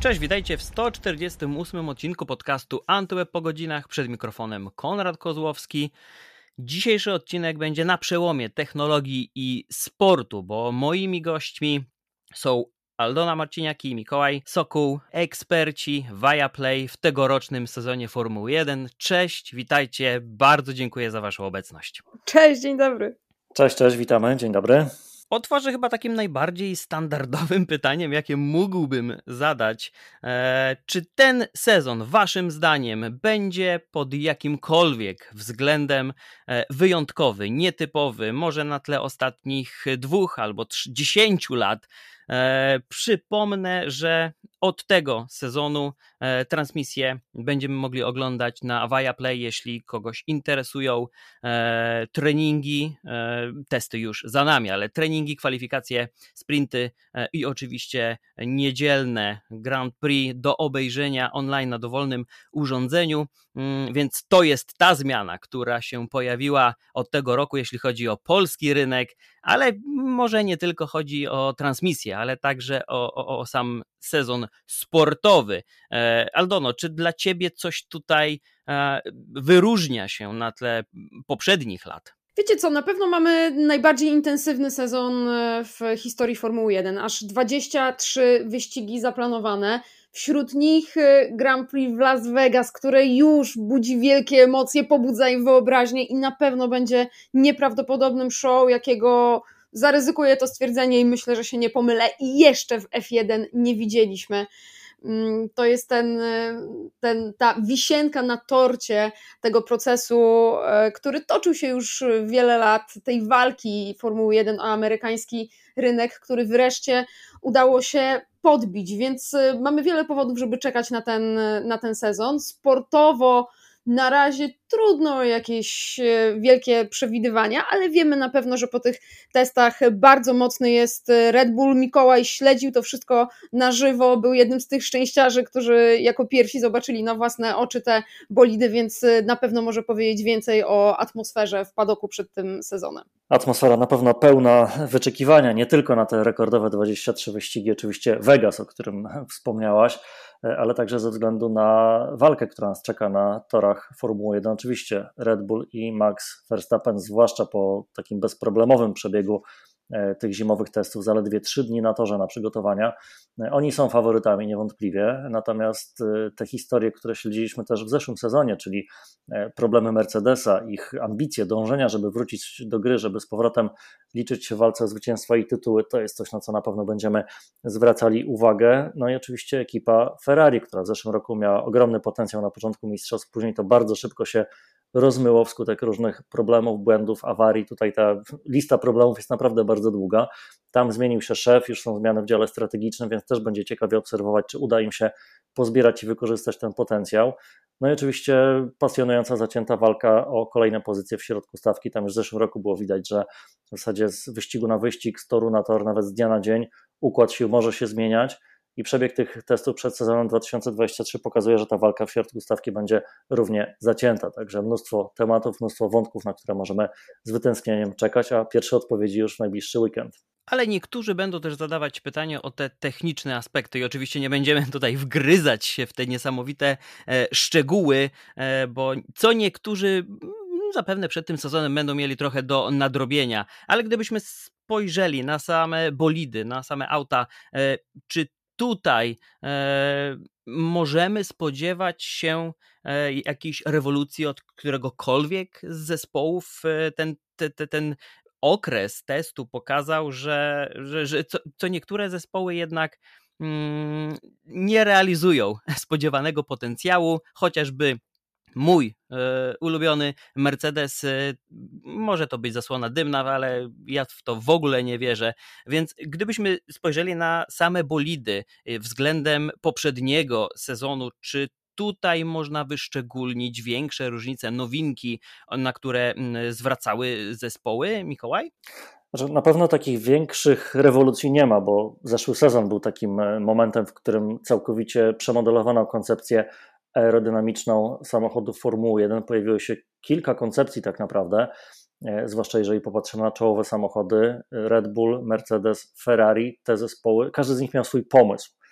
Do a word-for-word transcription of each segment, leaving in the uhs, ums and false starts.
Cześć, witajcie w sto czterdziestym ósmym odcinku podcastu Antyweb po godzinach. Przed mikrofonem Konrad Kozłowski. Dzisiejszy odcinek będzie na przełomie technologii i sportu, bo moimi gośćmi są Aldona Marciniak i Mikołaj Sokół, eksperci Viaplay w tegorocznym sezonie Formuły jeden. Cześć, witajcie, bardzo dziękuję za waszą obecność. Cześć, dzień dobry. Cześć, cześć, witamy, dzień dobry. Otworzę chyba takim najbardziej standardowym pytaniem, jakie mógłbym zadać. E, czy ten sezon waszym zdaniem będzie pod jakimkolwiek względem e, wyjątkowy, nietypowy, może na tle ostatnich dwóch albo trz- dziesięciu lat? E, przypomnę, że od tego sezonu e, transmisję będziemy mogli oglądać na Viaplay, jeśli kogoś interesują e, treningi, e, testy już za nami, ale treningi, kwalifikacje, sprinty e, i oczywiście niedzielne Grand Prix do obejrzenia online na dowolnym urządzeniu, mm, więc to jest ta zmiana, która się pojawiła od tego roku, jeśli chodzi o polski rynek, ale może nie tylko chodzi o transmisję, ale także o, o, o sam sezon sportowy. E, Aldono, czy dla ciebie coś tutaj e, wyróżnia się na tle poprzednich lat? Wiecie co, na pewno mamy najbardziej intensywny sezon w historii Formuły jeden. Aż dwadzieścia trzy wyścigi zaplanowane. Wśród nich Grand Prix w Las Vegas, które już budzi wielkie emocje, pobudza ich wyobraźnię i na pewno będzie nieprawdopodobnym show, jakiego zaryzykuję to stwierdzenie i myślę, że się nie pomylę. I jeszcze w F jeden nie widzieliśmy. To jest ten, ten, ta wisienka na torcie tego procesu, który toczył się już wiele lat, tej walki Formuły jeden o amerykański rynek, który wreszcie udało się podbić, więc mamy wiele powodów, żeby czekać na ten, na ten sezon. Sportowo na razie trudno o jakieś wielkie przewidywania, ale wiemy na pewno, że po tych testach bardzo mocny jest Red Bull. Mikołaj śledził to wszystko na żywo, był jednym z tych szczęściarzy, którzy jako pierwsi zobaczyli na własne oczy te bolidy, więc na pewno może powiedzieć więcej o atmosferze w padoku przed tym sezonem. Atmosfera na pewno pełna wyczekiwania, nie tylko na te rekordowe dwadzieścia trzy wyścigi, oczywiście Vegas, o którym wspomniałaś, ale także ze względu na walkę, która nas czeka na torach Formuły jeden. Oczywiście Red Bull i Max Verstappen, zwłaszcza po takim bezproblemowym przebiegu tych zimowych testów, zaledwie trzy dni na torze na przygotowania. Oni są faworytami niewątpliwie, natomiast te historie, które śledziliśmy też w zeszłym sezonie, czyli problemy Mercedesa, ich ambicje, dążenia, żeby wrócić do gry, żeby z powrotem liczyć się w walce o zwycięstwa i tytuły, to jest coś, na co na pewno będziemy zwracali uwagę. No i oczywiście ekipa Ferrari, która w zeszłym roku miała ogromny potencjał na początku mistrzostw, później to bardzo szybko się rozmyło wskutek różnych problemów, błędów, awarii. Tutaj ta lista problemów jest naprawdę bardzo długa. Tam zmienił się szef, już są zmiany w dziale strategicznym, więc też będzie ciekawie obserwować, czy uda im się pozbierać i wykorzystać ten potencjał. No i oczywiście pasjonująca, zacięta walka o kolejne pozycje w środku stawki. Tam już w zeszłym roku było widać, że w zasadzie z wyścigu na wyścig, z toru na tor, nawet z dnia na dzień układ sił może się zmieniać. I przebieg tych testów przed sezonem dwa tysiące dwudziestym trzecim pokazuje, że ta walka w środku stawki będzie równie zacięta. Także mnóstwo tematów, mnóstwo wątków, na które możemy z wytęsknieniem czekać, a pierwsze odpowiedzi już w najbliższy weekend. Ale niektórzy będą też zadawać pytanie o te techniczne aspekty i oczywiście nie będziemy tutaj wgryzać się w te niesamowite e, szczegóły, e, bo co niektórzy zapewne przed tym sezonem będą mieli trochę do nadrobienia, ale gdybyśmy spojrzeli na same bolidy, na same auta, e, czy tutaj e, możemy spodziewać się e, jakiejś rewolucji od któregokolwiek z zespołów? E, ten, te, te, ten okres testu pokazał, że, że, że co, co niektóre zespoły jednak mm, nie realizują spodziewanego potencjału, chociażby mój e, ulubiony Mercedes, e, może to być zasłona dymna, ale ja w to w ogóle nie wierzę, więc gdybyśmy spojrzeli na same bolidy e, względem poprzedniego sezonu, czy tutaj można wyszczególnić większe różnice, nowinki, na które zwracały zespoły, Mikołaj? Na pewno takich większych rewolucji nie ma, bo zeszły sezon był takim momentem, w którym całkowicie przemodelowano koncepcję aerodynamiczną samochodów Formuły jeden. Pojawiło się kilka koncepcji tak naprawdę, zwłaszcza jeżeli popatrzymy na czołowe samochody, Red Bull, Mercedes, Ferrari, te zespoły, każdy z nich miał swój pomysł.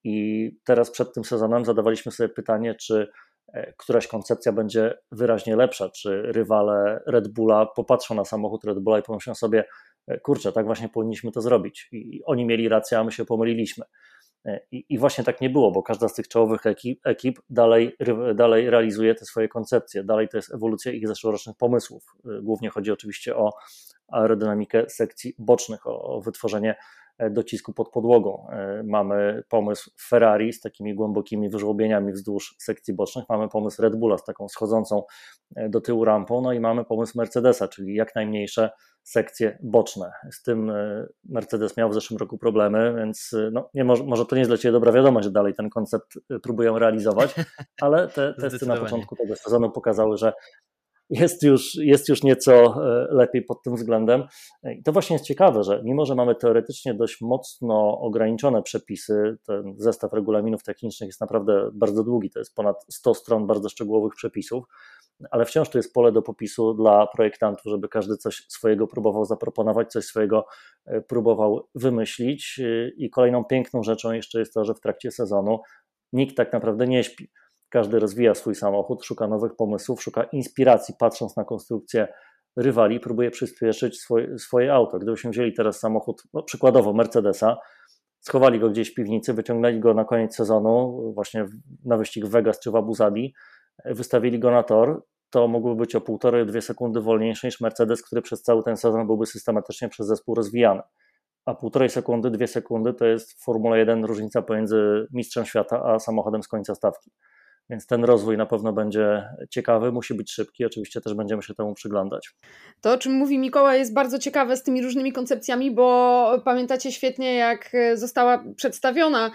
I teraz przed tym sezonem zadawaliśmy sobie pytanie, czy któraś koncepcja będzie wyraźnie lepsza, czy rywale Red Bulla popatrzą na samochód Red Bulla i pomyślą sobie, kurczę, tak właśnie powinniśmy to zrobić. I oni mieli rację, a my się pomyliliśmy. I, i właśnie tak nie było, bo każda z tych czołowych ekip, ekip dalej, dalej realizuje te swoje koncepcje, dalej to jest ewolucja ich zeszłorocznych pomysłów. Głównie chodzi oczywiście o aerodynamikę sekcji bocznych, o, o wytworzenie docisku pod podłogą. Mamy pomysł Ferrari z takimi głębokimi wyżłobieniami wzdłuż sekcji bocznych, mamy pomysł Red Bulla z taką schodzącą do tyłu rampą, no i mamy pomysł Mercedesa, czyli jak najmniejsze sekcje boczne. Z tym Mercedes miał w zeszłym roku problemy, więc no, nie może, może to nie jest dla Ciebie dobra wiadomość, że dalej ten koncept próbują realizować, ale te testy na początku tego sezonu pokazały, że jest już, jest już nieco lepiej pod tym względem. I to właśnie jest ciekawe, że mimo, że mamy teoretycznie dość mocno ograniczone przepisy, ten zestaw regulaminów technicznych jest naprawdę bardzo długi, to jest ponad sto stron bardzo szczegółowych przepisów, ale wciąż to jest pole do popisu dla projektantów, żeby każdy coś swojego próbował zaproponować, coś swojego próbował wymyślić. I kolejną piękną rzeczą jeszcze jest to, że w trakcie sezonu nikt tak naprawdę nie śpi. Każdy rozwija swój samochód, szuka nowych pomysłów, szuka inspiracji, patrząc na konstrukcję rywali, próbuje przyspieszyć swoje, swoje auto. Gdybyśmy wzięli teraz samochód, no przykładowo Mercedesa, schowali go gdzieś w piwnicy, wyciągnęli go na koniec sezonu, właśnie na wyścig w Vegas czy w Abu Zabi, wystawili go na tor, to mógłby być o półtorej, dwie sekundy wolniejszy niż Mercedes, który przez cały ten sezon byłby systematycznie przez zespół rozwijany. A półtorej sekundy, dwie sekundy to jest w Formule jeden różnica pomiędzy mistrzem świata a samochodem z końca stawki. Więc ten rozwój na pewno będzie ciekawy, musi być szybki, oczywiście też będziemy się temu przyglądać. To, o czym mówi Mikołaj, jest bardzo ciekawe z tymi różnymi koncepcjami, bo pamiętacie świetnie, jak została przedstawiona,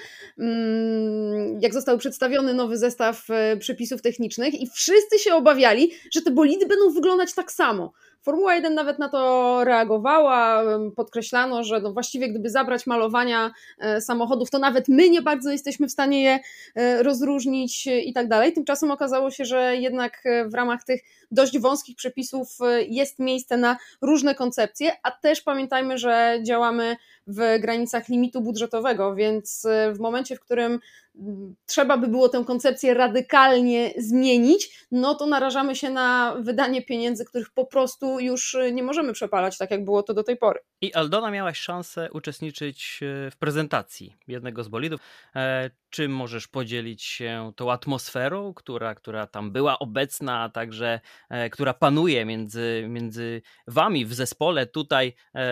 jak został przedstawiony nowy zestaw przepisów technicznych i wszyscy się obawiali, że te bolidy będą wyglądać tak samo. Formuła jeden nawet na to reagowała, podkreślano, że no właściwie gdyby zabrać malowania samochodów, to nawet my nie bardzo jesteśmy w stanie je rozróżnić i tak dalej. Tymczasem okazało się, że jednak w ramach tych dość wąskich przepisów jest miejsce na różne koncepcje, a też pamiętajmy, że działamy w granicach limitu budżetowego, więc w momencie, w którym trzeba by było tę koncepcję radykalnie zmienić, no to narażamy się na wydanie pieniędzy, których po prostu już nie możemy przepalać, tak jak było to do tej pory. I Aldona, miałaś szansę uczestniczyć w prezentacji jednego z bolidów. Czy możesz podzielić się tą atmosferą, która, która tam była obecna, a także która panuje między, między wami w zespole tutaj?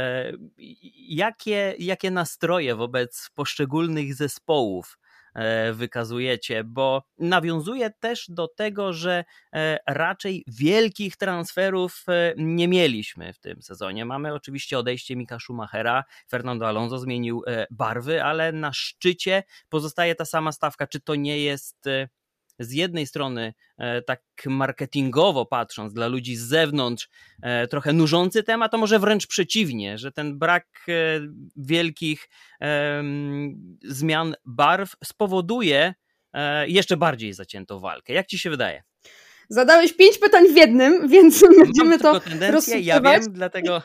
Jakie, jakie nastroje wobec poszczególnych zespołów wykazujecie, bo nawiązuje też do tego, że raczej wielkich transferów nie mieliśmy w tym sezonie. Mamy oczywiście odejście Mika Schumachera, Fernando Alonso zmienił barwy, ale na szczycie pozostaje ta sama stawka. Czy to nie jest z jednej strony tak marketingowo patrząc dla ludzi z zewnątrz trochę nużący temat, a może wręcz przeciwnie, że ten brak wielkich zmian barw spowoduje jeszcze bardziej zaciętą walkę? Jak ci się wydaje? Zadałeś pięć pytań w jednym, więc będziemy to rozsupływać. Ja wiem, dlatego...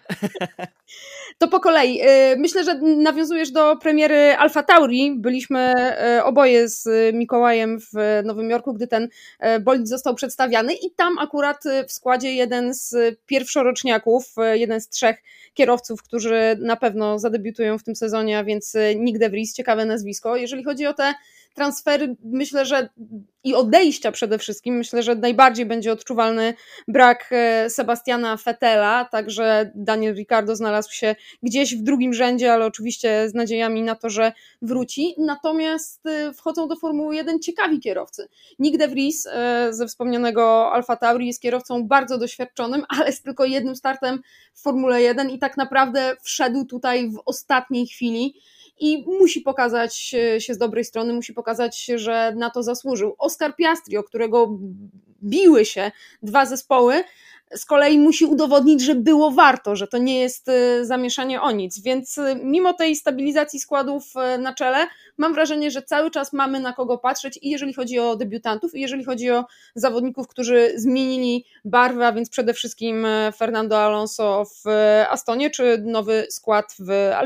To po kolei. Myślę, że nawiązujesz do premiery Alfa Tauri. Byliśmy oboje z Mikołajem w Nowym Jorku, gdy ten bolid został przedstawiany i tam akurat w składzie jeden z pierwszoroczniaków, jeden z trzech kierowców, którzy na pewno zadebiutują w tym sezonie, a więc Nyck de Vries, ciekawe nazwisko. Jeżeli chodzi o te transfery, myślę, że i odejścia przede wszystkim, myślę, że najbardziej będzie odczuwalny brak Sebastiana Vettela, także Daniel Ricciardo znalazł się gdzieś w drugim rzędzie, ale oczywiście z nadziejami na to, że wróci. Natomiast wchodzą do Formuły jeden ciekawi kierowcy. Nyck de Vries ze wspomnianego Alfa Tauri jest kierowcą bardzo doświadczonym, ale z tylko jednym startem w Formule jeden i tak naprawdę wszedł tutaj w ostatniej chwili i musi pokazać się z dobrej strony, musi pokazać, że na to zasłużył. Oscar Piastri, o którego biły się dwa zespoły, z kolei musi udowodnić, że było warto, że to nie jest zamieszanie o nic, więc mimo tej stabilizacji składów na czele, mam wrażenie, że cały czas mamy na kogo patrzeć i jeżeli chodzi o debiutantów, i jeżeli chodzi o zawodników, którzy zmienili barwę, a więc przede wszystkim Fernando Alonso w Astonie, czy nowy skład w Alpine.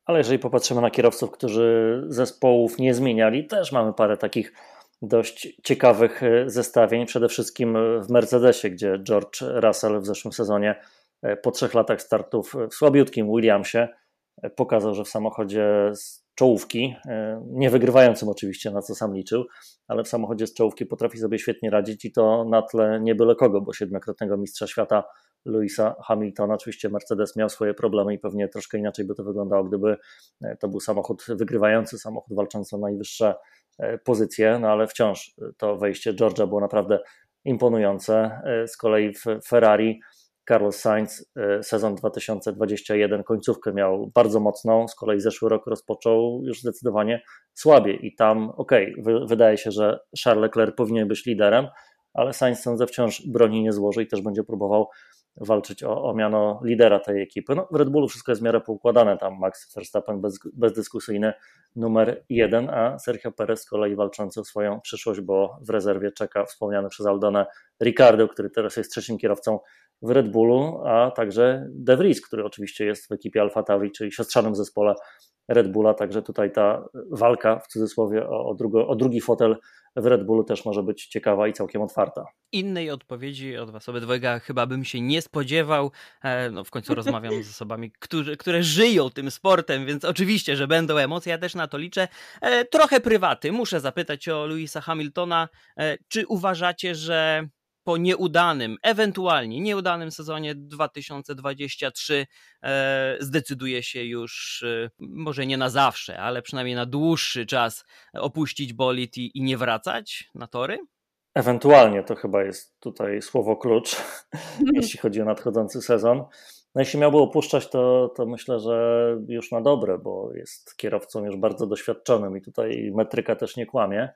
ale jeżeli popatrzymy na kierowców, którzy zespołów nie zmieniali, też mamy parę takich dość ciekawych zestawień, przede wszystkim w Mercedesie, gdzie George Russell w zeszłym sezonie po trzech latach startów w słabiutkim Williamsie pokazał, że w samochodzie z czołówki, nie wygrywającym oczywiście, na co sam liczył, ale w samochodzie z czołówki potrafi sobie świetnie radzić i to na tle nie byle kogo, bo siedmiokrotnego mistrza świata Lewisa Hamiltona. Oczywiście Mercedes miał swoje problemy i pewnie troszkę inaczej by to wyglądało, gdyby to był samochód wygrywający, samochód walczący o najwyższe pozycje, no ale wciąż to wejście George'a było naprawdę imponujące. Z kolei w Ferrari Carlos Sainz sezon dwa tysiące dwudziesty pierwszy, końcówkę miał bardzo mocną, z kolei zeszły rok rozpoczął już zdecydowanie słabiej i tam okej, okay, wydaje się, że Charles Leclerc powinien być liderem, ale Sainz sądzę wciąż broni nie złoży i też będzie próbował walczyć o, o miano lidera tej ekipy. No, w Red Bullu wszystko jest w miarę poukładane, tam Max Verstappen bez, bezdyskusyjny numer jeden, a Sergio Perez z kolei walczący o swoją przyszłość, bo w rezerwie czeka wspomniany przez Aldonę Ricciardo, który teraz jest trzecim kierowcą w Red Bullu, a także De Vries, który oczywiście jest w ekipie Alfa Tauri, czyli siostrzanym zespole Red Bulla, także tutaj ta walka w cudzysłowie o, o, drugo, o drugi fotel w Red Bullu też może być ciekawa i całkiem otwarta. Innej odpowiedzi od was obydwojga chyba bym się nie spodziewał. No, w końcu rozmawiam z osobami, którzy, które żyją tym sportem, więc oczywiście, że będą emocje, ja też na to liczę. Trochę prywaty. Muszę zapytać o Lewisa Hamiltona. Czy uważacie, że po nieudanym, ewentualnie nieudanym sezonie dwa tysiące dwudziestym trzecim e, zdecyduje się już, e, może nie na zawsze, ale przynajmniej na dłuższy czas opuścić bolid i, i nie wracać na tory? Ewentualnie to chyba jest tutaj słowo klucz, jeśli chodzi o nadchodzący sezon. No jeśli miałby opuszczać, to, to myślę, że już na dobre, bo jest kierowcą już bardzo doświadczonym i tutaj metryka też nie kłamie.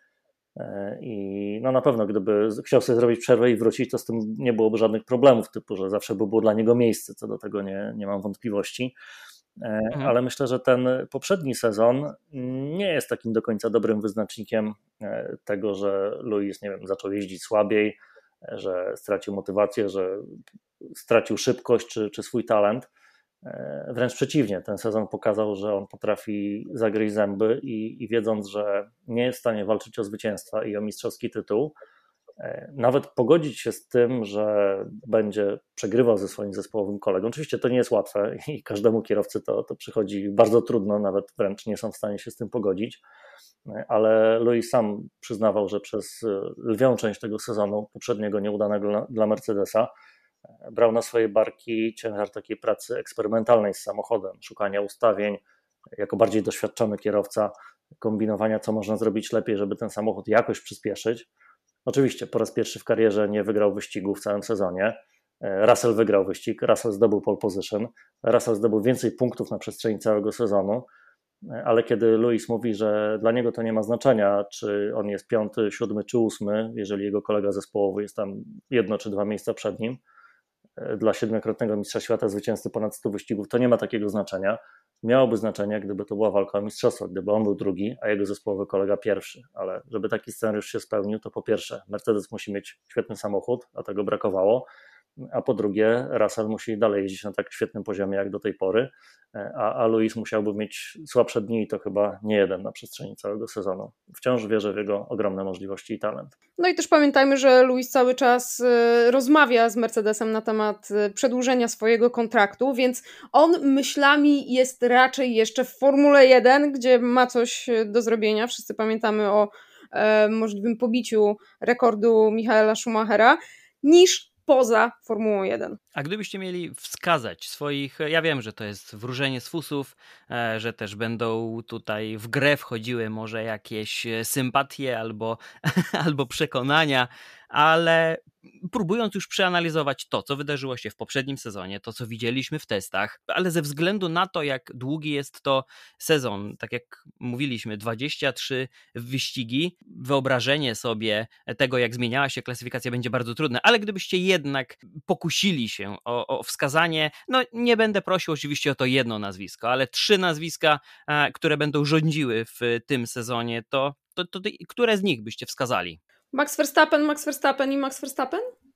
I no na pewno gdyby chciał sobie zrobić przerwę i wrócić, to z tym nie byłoby żadnych problemów, typu, że zawsze by było dla niego miejsce, co do tego nie, nie mam wątpliwości, mhm. ale myślę, że ten poprzedni sezon nie jest takim do końca dobrym wyznacznikiem tego, że Lewis, nie wiem, zaczął jeździć słabiej, że stracił motywację, że stracił szybkość czy, czy swój talent. Wręcz przeciwnie, ten sezon pokazał, że on potrafi zagryźć zęby i, i wiedząc, że nie jest w stanie walczyć o zwycięstwa i o mistrzowski tytuł, nawet pogodzić się z tym, że będzie przegrywał ze swoim zespołowym kolegą. Oczywiście to nie jest łatwe i każdemu kierowcy to, to przychodzi bardzo trudno, nawet wręcz nie są w stanie się z tym pogodzić, ale Lewis sam przyznawał, że przez lwią część tego sezonu, poprzedniego nieudanego dla Mercedesa, brał na swoje barki ciężar takiej pracy eksperymentalnej z samochodem, szukania ustawień, jako bardziej doświadczony kierowca, kombinowania, co można zrobić lepiej, żeby ten samochód jakoś przyspieszyć. Oczywiście po raz pierwszy w karierze nie wygrał wyścigu w całym sezonie. Russell wygrał wyścig, Russell zdobył pole position, Russell zdobył więcej punktów na przestrzeni całego sezonu, ale kiedy Lewis mówi, że dla niego to nie ma znaczenia, czy on jest piąty, siódmy czy ósmy, jeżeli jego kolega zespołowy jest tam jedno czy dwa miejsca przed nim, dla siedmiokrotnego mistrza świata, zwycięzcy ponad stu wyścigów, to nie ma takiego znaczenia. Miałoby znaczenie, gdyby to była walka o mistrzostwo, gdyby on był drugi, a jego zespołowy kolega pierwszy, ale żeby taki scenariusz się spełnił, to po pierwsze Mercedes musi mieć świetny samochód, a tego brakowało, a po drugie Russell musi dalej jeździć na tak świetnym poziomie jak do tej pory, a, a Lewis musiałby mieć słabsze dni i to chyba nie jeden na przestrzeni całego sezonu. Wciąż wierzę w jego ogromne możliwości i talent. No i też pamiętajmy, że Lewis cały czas rozmawia z Mercedesem na temat przedłużenia swojego kontraktu, więc on myślami jest raczej jeszcze w Formule jeden, gdzie ma coś do zrobienia. Wszyscy pamiętamy o e, możliwym pobiciu rekordu Michaela Schumachera, niż poza Formułą jeden. A gdybyście mieli wskazać swoich, ja wiem, że to jest wróżenie z fusów, że też będą tutaj w grę wchodziły może jakieś sympatie albo, albo przekonania, ale próbując już przeanalizować to, co wydarzyło się w poprzednim sezonie, to, co widzieliśmy w testach, ale ze względu na to, jak długi jest to sezon, tak jak mówiliśmy, dwadzieścia trzy wyścigi, wyobrażenie sobie tego, jak zmieniała się klasyfikacja, będzie bardzo trudne, ale gdybyście jednak pokusili się o, o wskazanie, no nie będę prosił oczywiście o to jedno nazwisko, ale trzy nazwiska, które będą rządziły w tym sezonie, to, to, to, to które z nich byście wskazali? Max Verstappen, Max Verstappen i Max Verstappen?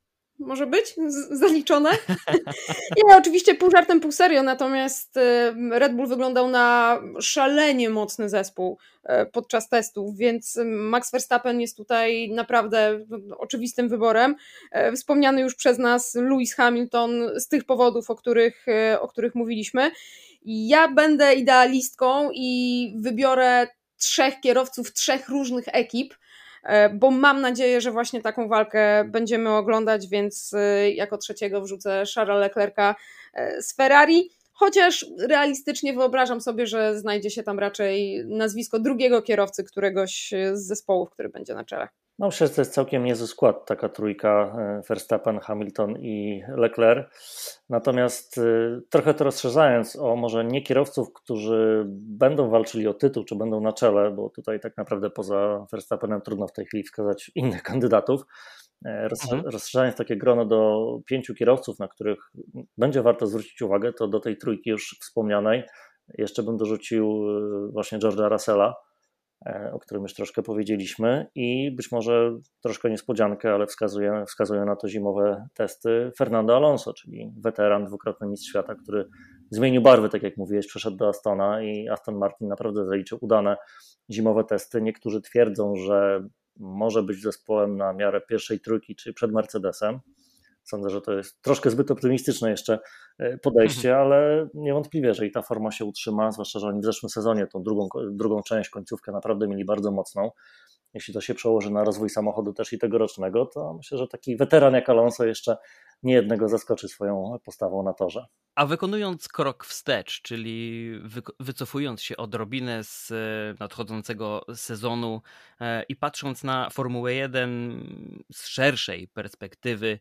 może być z- zaliczone. Nie, oczywiście pół żartem, pół serio, natomiast Red Bull wyglądał na szalenie mocny zespół podczas testów, więc Max Verstappen jest tutaj naprawdę oczywistym wyborem. Wspomniany już przez nas Lewis Hamilton z tych powodów, o których, o których mówiliśmy. Ja będę idealistką i wybiorę trzech kierowców trzech różnych ekip, bo mam nadzieję, że właśnie taką walkę będziemy oglądać, więc jako trzeciego wrzucę Charlesa Leclerca z Ferrari, chociaż realistycznie wyobrażam sobie, że znajdzie się tam raczej nazwisko drugiego kierowcy któregoś z zespołów, który będzie na czele. No myślę, że to jest całkiem niezły skład, taka trójka Verstappen, Hamilton i Leclerc. Natomiast trochę to rozszerzając o może nie kierowców, którzy będą walczyli o tytuł, czy będą na czele, bo tutaj tak naprawdę poza Verstappenem trudno w tej chwili wskazać innych kandydatów. Mhm. Rozszerzając takie grono do pięciu kierowców, na których będzie warto zwrócić uwagę, to do tej trójki już wspomnianej jeszcze bym dorzucił właśnie George'a Russella, o którym już troszkę powiedzieliśmy, i być może troszkę niespodziankę, ale wskazuje, wskazuje na to zimowe testy Fernando Alonso, czyli weteran, dwukrotny mistrz świata, który zmienił barwy, tak jak mówiłeś, przeszedł do Astona i Aston Martin naprawdę zaliczył udane zimowe testy. Niektórzy twierdzą, że może być zespołem na miarę pierwszej trójki, czyli przed Mercedesem. Sądzę, że to jest troszkę zbyt optymistyczne jeszcze podejście, mhm. ale niewątpliwie, że i ta forma się utrzyma, zwłaszcza, że oni w zeszłym sezonie tą drugą, drugą część, końcówkę naprawdę mieli bardzo mocną. Jeśli to się przełoży na rozwój samochodu też i tegorocznego, to myślę, że taki weteran jak Alonso jeszcze niejednego zaskoczy swoją postawą na torze. A wykonując krok wstecz, czyli wycofując się odrobinę z nadchodzącego sezonu i patrząc na Formułę jeden z szerszej perspektywy,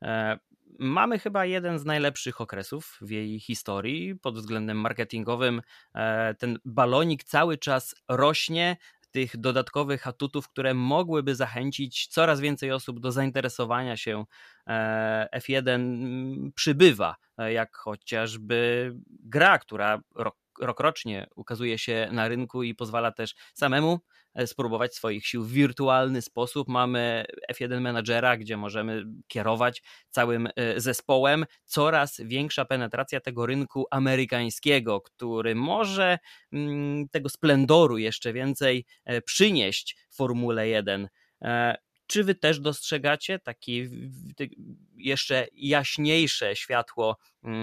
mamy chyba jeden z najlepszych okresów w jej historii pod względem marketingowym. Ten balonik cały czas rośnie, tych dodatkowych atutów, które mogłyby zachęcić coraz więcej osób do zainteresowania się F jeden przybywa, jak chociażby gra, która rok, rokrocznie ukazuje się na rynku i pozwala też samemu spróbować swoich sił w wirtualny sposób. Mamy F jeden Managera, gdzie możemy kierować całym zespołem. Coraz większa penetracja tego rynku amerykańskiego, który może tego splendoru jeszcze więcej przynieść Formule jeden. Czy wy też dostrzegacie takie jeszcze jaśniejsze światło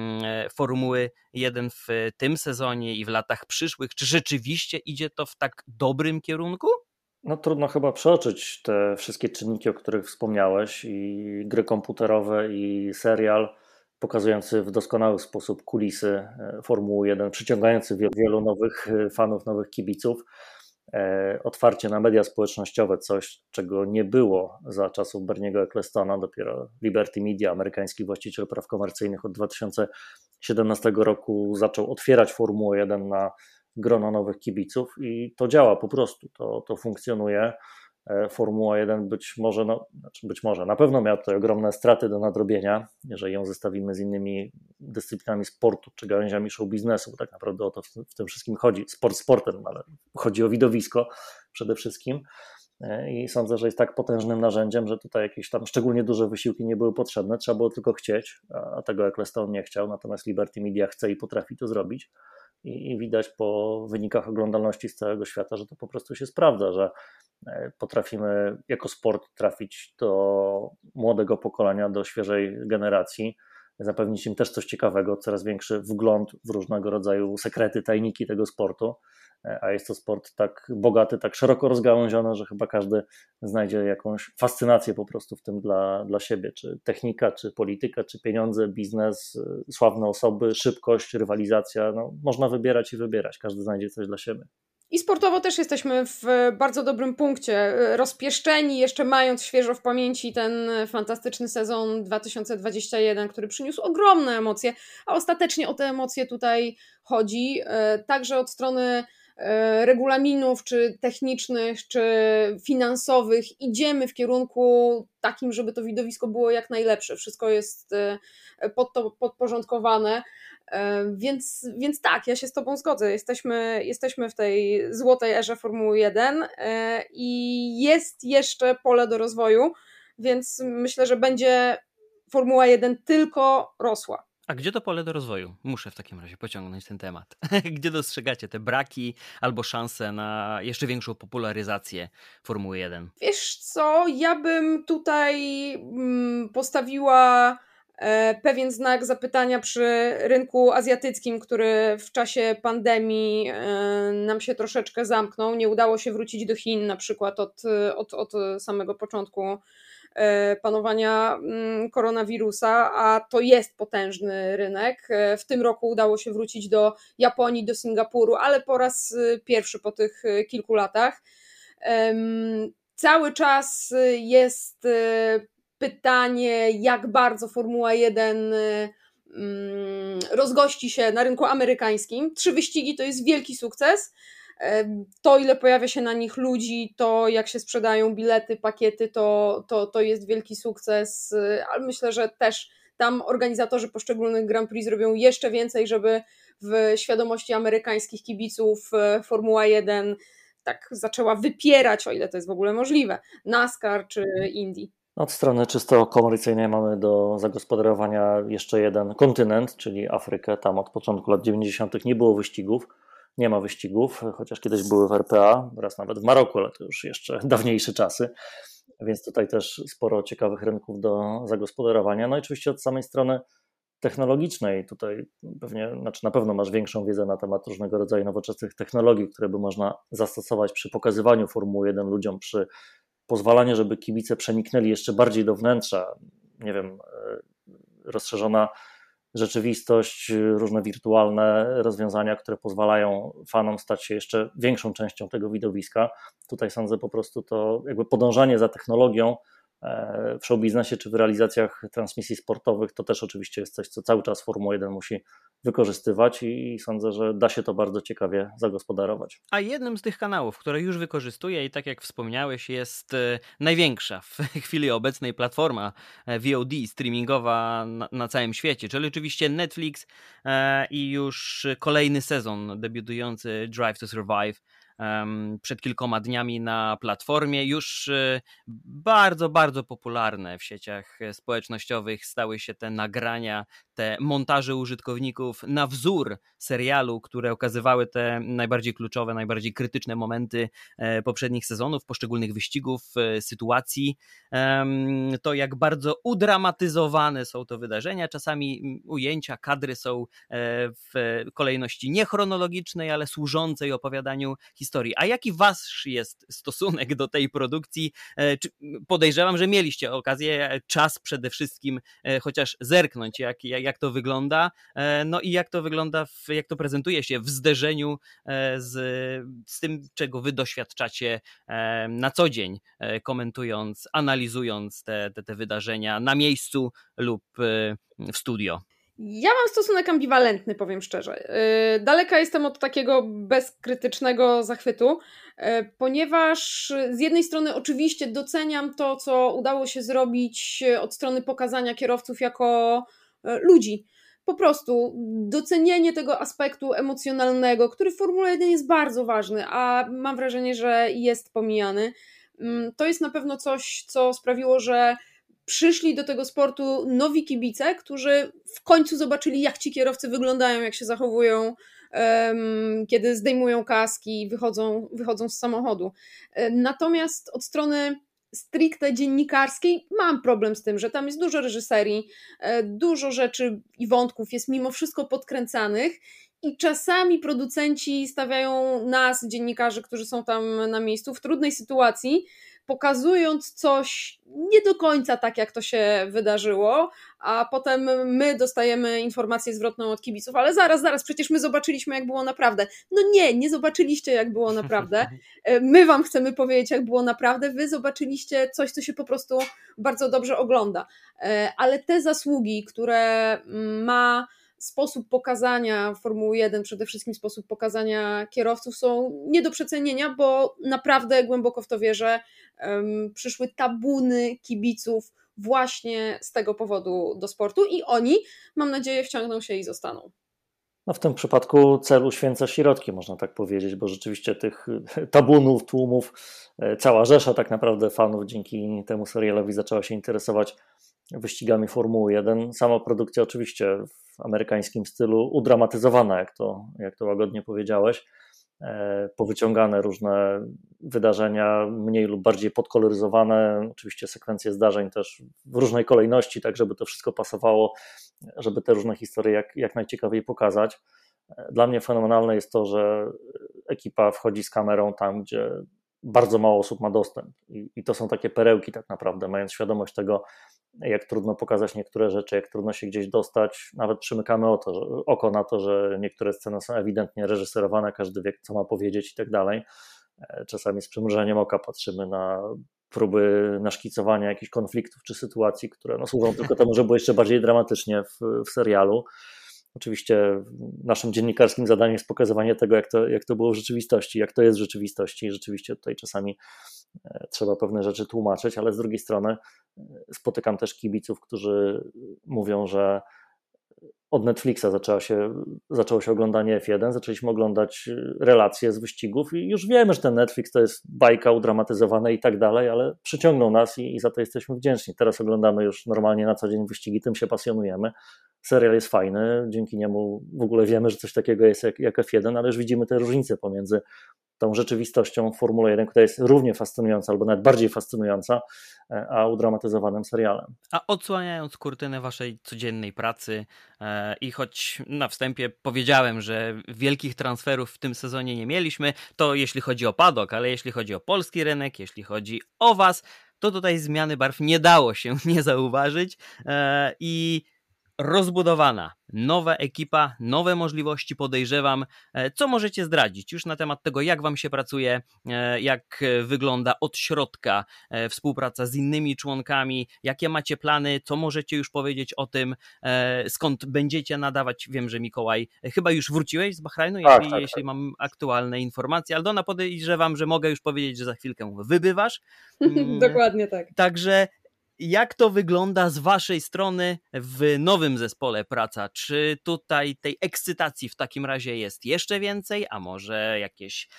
Formuły jeden w tym sezonie i w latach przyszłych? Czy rzeczywiście idzie to w tak dobrym kierunku? No trudno chyba przeoczyć te wszystkie czynniki, o których wspomniałeś, i gry komputerowe, i serial pokazujący w doskonały sposób kulisy Formuły jeden, przyciągający wielu nowych fanów, nowych kibiców. Otwarcie na media społecznościowe, coś czego nie było za czasów Berniego Ecclestona. Dopiero Liberty Media, amerykański właściciel praw komercyjnych, od dwa tysiące siedemnastego roku zaczął otwierać Formułę jeden na grono nowych kibiców i to działa po prostu, to, to funkcjonuje. Formuła jeden być może, no, znaczy być może, na pewno miała tutaj ogromne straty do nadrobienia, jeżeli ją zestawimy z innymi dyscyplinami sportu czy gałęziami show biznesu, bo tak naprawdę o to w, w tym wszystkim chodzi. Sport sportem, ale chodzi o widowisko przede wszystkim. I sądzę, że jest tak potężnym narzędziem, że tutaj jakieś tam szczególnie duże wysiłki nie były potrzebne, trzeba było tylko chcieć, a tego Ecclestone nie chciał, natomiast Liberty Media chce i potrafi to zrobić. I widać po wynikach oglądalności z całego świata, że to po prostu się sprawdza, że potrafimy jako sport trafić do młodego pokolenia, do świeżej generacji, zapewnić im też coś ciekawego, coraz większy wgląd w różnego rodzaju sekrety, tajniki tego sportu, a jest to sport tak bogaty, tak szeroko rozgałęziony, że chyba każdy znajdzie jakąś fascynację po prostu w tym dla, dla siebie, czy technika, czy polityka, czy pieniądze, biznes, sławne osoby, szybkość, rywalizacja, no, można wybierać i wybierać, każdy znajdzie coś dla siebie. I sportowo też jesteśmy w bardzo dobrym punkcie, rozpieszczeni, jeszcze mając świeżo w pamięci ten fantastyczny sezon dwa tysiące dwudziesty pierwszy, który przyniósł ogromne emocje, a ostatecznie o te emocje tutaj chodzi, także od strony regulaminów, czy technicznych, czy finansowych idziemy w kierunku takim, żeby to widowisko było jak najlepsze, wszystko jest pod to podporządkowane. Więc, więc tak, ja się z tobą zgodzę, jesteśmy, jesteśmy w tej złotej erze Formuły jeden i jest jeszcze pole do rozwoju, więc myślę, że będzie Formuła jeden tylko rosła. A gdzie to pole do rozwoju? Muszę w takim razie pociągnąć ten temat. Gdzie dostrzegacie te braki albo szanse na jeszcze większą popularyzację Formuły jeden? Wiesz co, ja bym tutaj mm, postawiła e, pewien znak zapytania przy rynku azjatyckim, który w czasie pandemii e, nam się troszeczkę zamknął. Nie udało się wrócić do Chin na przykład od, od, od samego początku panowania koronawirusa, a to jest potężny rynek. W tym roku udało się wrócić do Japonii, do Singapuru, ale po raz pierwszy po tych kilku latach. Cały czas jest pytanie, jak bardzo Formuła jeden rozgości się na rynku amerykańskim. Trzy wyścigi to jest wielki sukces. To, ile pojawia się na nich ludzi, to jak się sprzedają bilety, pakiety, to, to, to jest wielki sukces, ale myślę, że też tam organizatorzy poszczególnych Grand Prix zrobią jeszcze więcej, żeby w świadomości amerykańskich kibiców Formuła jeden tak zaczęła wypierać, o ile to jest w ogóle możliwe, NASCAR czy Indy. Od strony czysto komercyjnej mamy do zagospodarowania jeszcze jeden kontynent, czyli Afrykę. Tam od początku lat dziewięćdziesiątych nie było wyścigów. Nie ma wyścigów, chociaż kiedyś były w R P A, raz nawet w Maroku, ale to już jeszcze dawniejsze czasy, więc tutaj też sporo ciekawych rynków do zagospodarowania. No i oczywiście od samej strony technologicznej, tutaj pewnie, znaczy na pewno masz większą wiedzę na temat różnego rodzaju nowoczesnych technologii, które by można zastosować przy pokazywaniu Formuły jeden ludziom, przy pozwalaniu, żeby kibice przeniknęli jeszcze bardziej do wnętrza, nie wiem, rozszerzona rzeczywistość, różne wirtualne rozwiązania, które pozwalają fanom stać się jeszcze większą częścią tego widowiska. Tutaj sądzę po prostu to jakby podążanie za technologią w show biznesie czy w realizacjach transmisji sportowych to też oczywiście jest coś, co cały czas Formuła jeden musi wykorzystywać i sądzę, że da się to bardzo ciekawie zagospodarować. A jednym z tych kanałów, które już wykorzystuje i tak jak wspomniałeś, jest największa w chwili obecnej platforma V O D streamingowa na, na całym świecie, czyli oczywiście Netflix i już kolejny sezon debiutujący Drive to Survive przed kilkoma dniami na platformie. Już bardzo, bardzo popularne w sieciach społecznościowych stały się te nagrania, te montaże użytkowników na wzór serialu, które okazywały te najbardziej kluczowe, najbardziej krytyczne momenty poprzednich sezonów, poszczególnych wyścigów, sytuacji. To jak bardzo udramatyzowane są to wydarzenia. Czasami ujęcia, kadry są w kolejności niechronologicznej, ale służącej opowiadaniu historii. A jaki wasz jest stosunek do tej produkcji? Podejrzewam, że mieliście okazję, czas przede wszystkim chociaż zerknąć, jak, jak to wygląda, no i jak to wygląda, w, jak to prezentuje się w zderzeniu z, z tym, czego wy doświadczacie na co dzień, komentując, analizując te, te, te wydarzenia na miejscu lub w studio. Ja mam stosunek ambiwalentny, powiem szczerze. Daleka jestem od takiego bezkrytycznego zachwytu, ponieważ z jednej strony oczywiście doceniam to, co udało się zrobić od strony pokazania kierowców jako ludzi. Po prostu docenienie tego aspektu emocjonalnego, który w Formule jeden jest bardzo ważny, a mam wrażenie, że jest pomijany. To jest na pewno coś, co sprawiło, że przyszli do tego sportu nowi kibice, którzy w końcu zobaczyli, jak ci kierowcy wyglądają, jak się zachowują, um, kiedy zdejmują kaski i wychodzą, wychodzą z samochodu. Natomiast od strony stricte dziennikarskiej mam problem z tym, że tam jest dużo reżyserii, dużo rzeczy i wątków jest mimo wszystko podkręcanych i czasami producenci stawiają nas, dziennikarzy, którzy są tam na miejscu, w trudnej sytuacji, pokazując coś nie do końca tak, jak to się wydarzyło, a potem my dostajemy informację zwrotną od kibiców, ale zaraz, zaraz, przecież my zobaczyliśmy, jak było naprawdę. No nie, nie zobaczyliście, jak było naprawdę. My wam chcemy powiedzieć, jak było naprawdę, wy zobaczyliście coś, co się po prostu bardzo dobrze ogląda. Ale te zasługi, które ma sposób pokazania Formuły jeden, przede wszystkim sposób pokazania kierowców są nie do przecenienia, bo naprawdę głęboko w to wierzę, um, przyszły tabuny kibiców właśnie z tego powodu do sportu i oni, mam nadzieję, wciągną się i zostaną. No w tym przypadku cel uświęca środki, można tak powiedzieć, bo rzeczywiście tych tabunów, tłumów, cała rzesza tak naprawdę fanów dzięki temu serialowi zaczęła się interesować wyścigami Formuły jeden. Sama produkcja oczywiście w amerykańskim stylu, udramatyzowana, jak to, jak to łagodnie powiedziałeś, powyciągane różne wydarzenia, mniej lub bardziej podkoloryzowane, oczywiście sekwencje zdarzeń też w różnej kolejności, tak żeby to wszystko pasowało, żeby te różne historie jak, jak najciekawiej pokazać. Dla mnie fenomenalne jest to, że ekipa wchodzi z kamerą tam, gdzie bardzo mało osób ma dostęp i, i to są takie perełki tak naprawdę, mając świadomość tego, jak trudno pokazać niektóre rzeczy, jak trudno się gdzieś dostać, nawet przymykamy oko, że, oko na to, że niektóre sceny są ewidentnie reżyserowane, każdy wie, co ma powiedzieć i tak dalej. Czasami z przymrużeniem oka patrzymy na próby naszkicowania jakichś konfliktów czy sytuacji, które no, służą tylko temu, żeby było jeszcze bardziej dramatycznie w, w serialu. Oczywiście naszym dziennikarskim zadaniem jest pokazywanie tego, jak to, jak to było w rzeczywistości, jak to jest w rzeczywistości i rzeczywiście tutaj czasami trzeba pewne rzeczy tłumaczyć, ale z drugiej strony spotykam też kibiców, którzy mówią, że od Netflixa zaczęło się, zaczęło się oglądanie F jeden, zaczęliśmy oglądać relacje z wyścigów i już wiemy, że ten Netflix to jest bajka udramatyzowana i tak dalej, ale przyciągnął nas i, i za to jesteśmy wdzięczni. Teraz oglądamy już normalnie na co dzień wyścigi, tym się pasjonujemy. Serial jest fajny, dzięki niemu w ogóle wiemy, że coś takiego jest jak, jak F jeden, ale już widzimy te różnice pomiędzy tą rzeczywistością Formuły jeden, która jest równie fascynująca albo nawet bardziej fascynująca, a udramatyzowanym serialem. A odsłaniając kurtynę waszej codziennej pracy e, i choć na wstępie powiedziałem, że wielkich transferów w tym sezonie nie mieliśmy, to jeśli chodzi o paddock, ale jeśli chodzi o polski rynek, jeśli chodzi o was, to tutaj zmiany barw nie dało się nie zauważyć e, i rozbudowana, nowa ekipa, nowe możliwości, podejrzewam. Co możecie zdradzić już na temat tego, jak wam się pracuje, jak wygląda od środka współpraca z innymi członkami, jakie macie plany, co możecie już powiedzieć o tym, skąd będziecie nadawać? Wiem, że Mikołaj, chyba już wróciłeś z Bahrajnu, tak, jeśli, tak, jeśli tak. mam aktualne informacje. Aldona, podejrzewam, że mogę już powiedzieć, że za chwilkę wybywasz. Dokładnie tak. Także jak to wygląda z waszej strony w nowym zespole praca? Czy tutaj tej ekscytacji w takim razie jest jeszcze więcej, a może jakieś,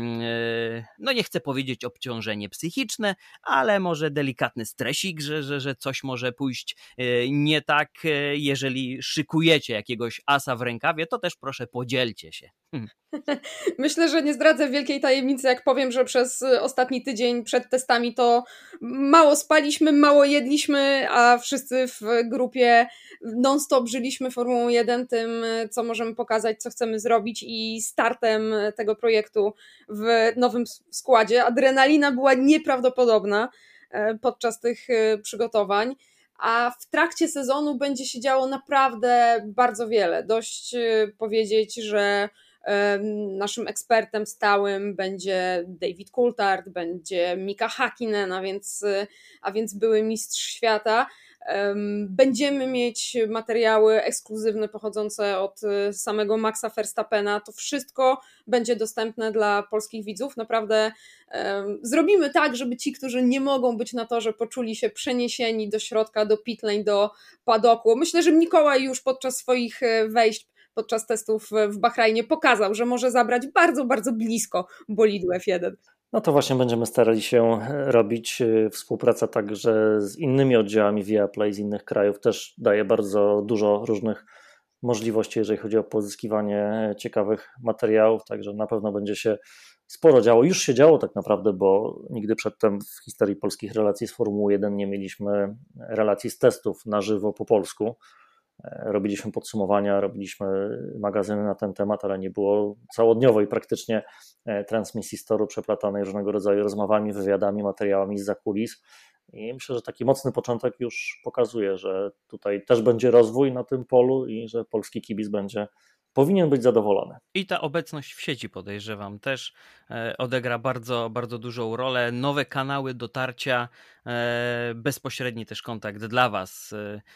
no nie chcę powiedzieć obciążenie psychiczne, ale może delikatny stresik, że, że, że coś może pójść nie tak, jeżeli szykujecie jakiegoś asa w rękawie, to też proszę podzielcie się. Hmm. Myślę, że nie zdradzę wielkiej tajemnicy, jak powiem, że przez ostatni tydzień przed testami to mało spaliśmy, mało jedliśmy, a wszyscy w grupie non-stop żyliśmy Formułą jeden, tym, co możemy pokazać, co chcemy zrobić i startem tego projektu w nowym składzie. Adrenalina była nieprawdopodobna podczas tych przygotowań. A w trakcie sezonu będzie się działo naprawdę bardzo wiele. Dość powiedzieć, że naszym ekspertem stałym będzie David Coulthard, będzie Mika Häkkinen, a więc, a więc były mistrz świata. Będziemy mieć materiały ekskluzywne pochodzące od samego Maxa Verstappena. To wszystko będzie dostępne dla polskich widzów. Naprawdę zrobimy tak, żeby ci, którzy nie mogą być na torze, poczuli się przeniesieni do środka, do pit lane, do paddocku. Myślę, że Mikołaj już podczas swoich wejść podczas testów w Bahrajnie pokazał, że może zabrać bardzo, bardzo blisko bolidu F jeden. No to właśnie będziemy starali się robić. Współpraca także z innymi oddziałami Viaplay z innych krajów też daje bardzo dużo różnych możliwości, jeżeli chodzi o pozyskiwanie ciekawych materiałów, także na pewno będzie się sporo działo. Już się działo tak naprawdę, bo nigdy przedtem w historii polskich relacji z Formuły jeden nie mieliśmy relacji z testów na żywo po polsku. Robiliśmy podsumowania, robiliśmy magazyny na ten temat, ale nie było całodniowej praktycznie transmisji z toru przeplatanej różnego rodzaju rozmowami, wywiadami, materiałami zza kulis. I myślę, że taki mocny początek już pokazuje, że tutaj też będzie rozwój na tym polu i że polski kibic będzie powinien być zadowolony. I ta obecność w sieci, podejrzewam, też odegra bardzo, bardzo dużą rolę. Nowe kanały dotarcia, bezpośredni też kontakt dla was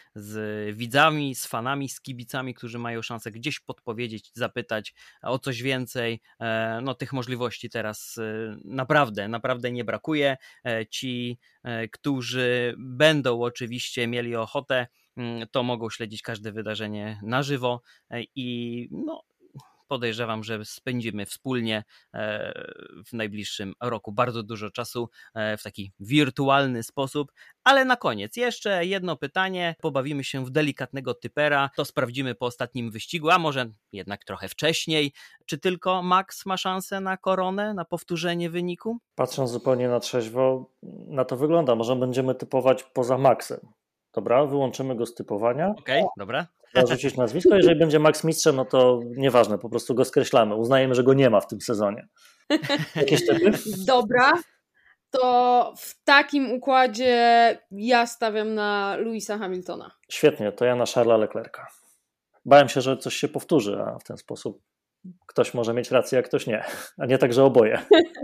z widzami, z fanami, z kibicami, którzy mają szansę gdzieś podpowiedzieć, zapytać o coś więcej. No tych możliwości teraz naprawdę, naprawdę nie brakuje. Ci, którzy będą oczywiście mieli ochotę, to mogą śledzić każde wydarzenie na żywo i no podejrzewam, że spędzimy wspólnie w najbliższym roku bardzo dużo czasu w taki wirtualny sposób. Ale na koniec jeszcze jedno pytanie, pobawimy się w delikatnego typera, to sprawdzimy po ostatnim wyścigu, a może jednak trochę wcześniej. Czy tylko Max ma szansę na koronę, na powtórzenie wyniku? Patrząc zupełnie na trzeźwo, na to wygląda. Może będziemy typować poza Maxem. Dobra, wyłączymy go z typowania. Okej, okay, dobra. Trzeba rzucić nazwisko. Jeżeli będzie Max mistrzem, no to nieważne, po prostu go skreślamy. Uznajemy, że go nie ma w tym sezonie. Jakieś typy? Dobra. To w takim układzie ja stawiam na Lewisa Hamiltona. Świetnie, to ja na Charlesa Leclerca. Bałem się, że coś się powtórzy, a w ten sposób ktoś może mieć rację, a ktoś nie. A nie tak, że oboje.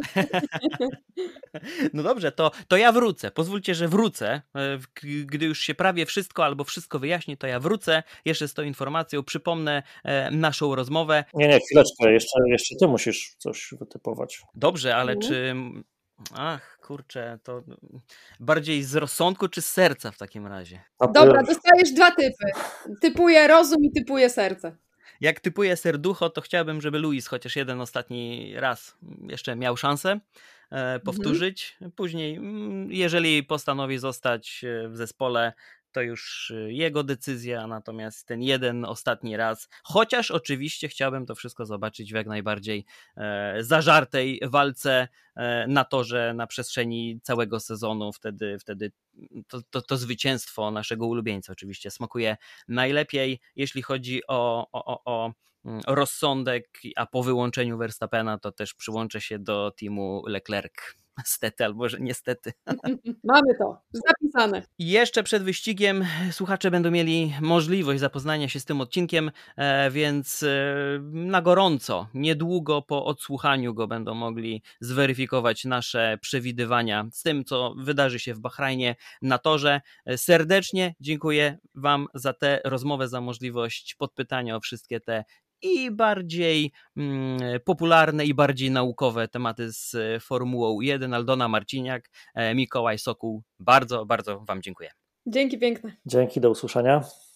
No dobrze, to, to ja wrócę. Pozwólcie, że wrócę. Gdy już się prawie wszystko albo wszystko wyjaśni, to ja wrócę. Jeszcze z tą informacją przypomnę naszą rozmowę. Nie, nie, chwileczkę. Jeszcze, jeszcze ty musisz coś wytypować. Dobrze, ale mhm. czy... Ach, kurczę, to bardziej z rozsądku czy z serca w takim razie? Dobra, dostajesz dwa typy. Typuję rozum i typuję serce. Jak typuję serducho, to chciałbym, żeby Lewis chociaż jeden ostatni raz jeszcze miał szansę e, powtórzyć. Mhm. Później, jeżeli postanowi zostać w zespole, to już jego decyzja, natomiast ten jeden ostatni raz, chociaż oczywiście chciałbym to wszystko zobaczyć w jak najbardziej e, zażartej walce e, na torze na przestrzeni całego sezonu, wtedy, wtedy to, to, to zwycięstwo naszego ulubieńca oczywiście smakuje najlepiej, jeśli chodzi o, o, o, o rozsądek, a po wyłączeniu Verstappena to też przyłączę się do teamu Leclerc. Stety albo że niestety. Mamy to zapisane. I jeszcze przed wyścigiem słuchacze będą mieli możliwość zapoznania się z tym odcinkiem, więc na gorąco, niedługo po odsłuchaniu go będą mogli zweryfikować nasze przewidywania z tym, co wydarzy się w Bahrajnie na torze. Serdecznie dziękuję Wam za tę rozmowę, za możliwość podpytania o wszystkie te i bardziej mm, popularne i bardziej naukowe tematy z Formułą jeden. Aldona Marciniak, Mikołaj Sokół, bardzo, bardzo Wam dziękuję. Dzięki piękne. Dzięki, do usłyszenia.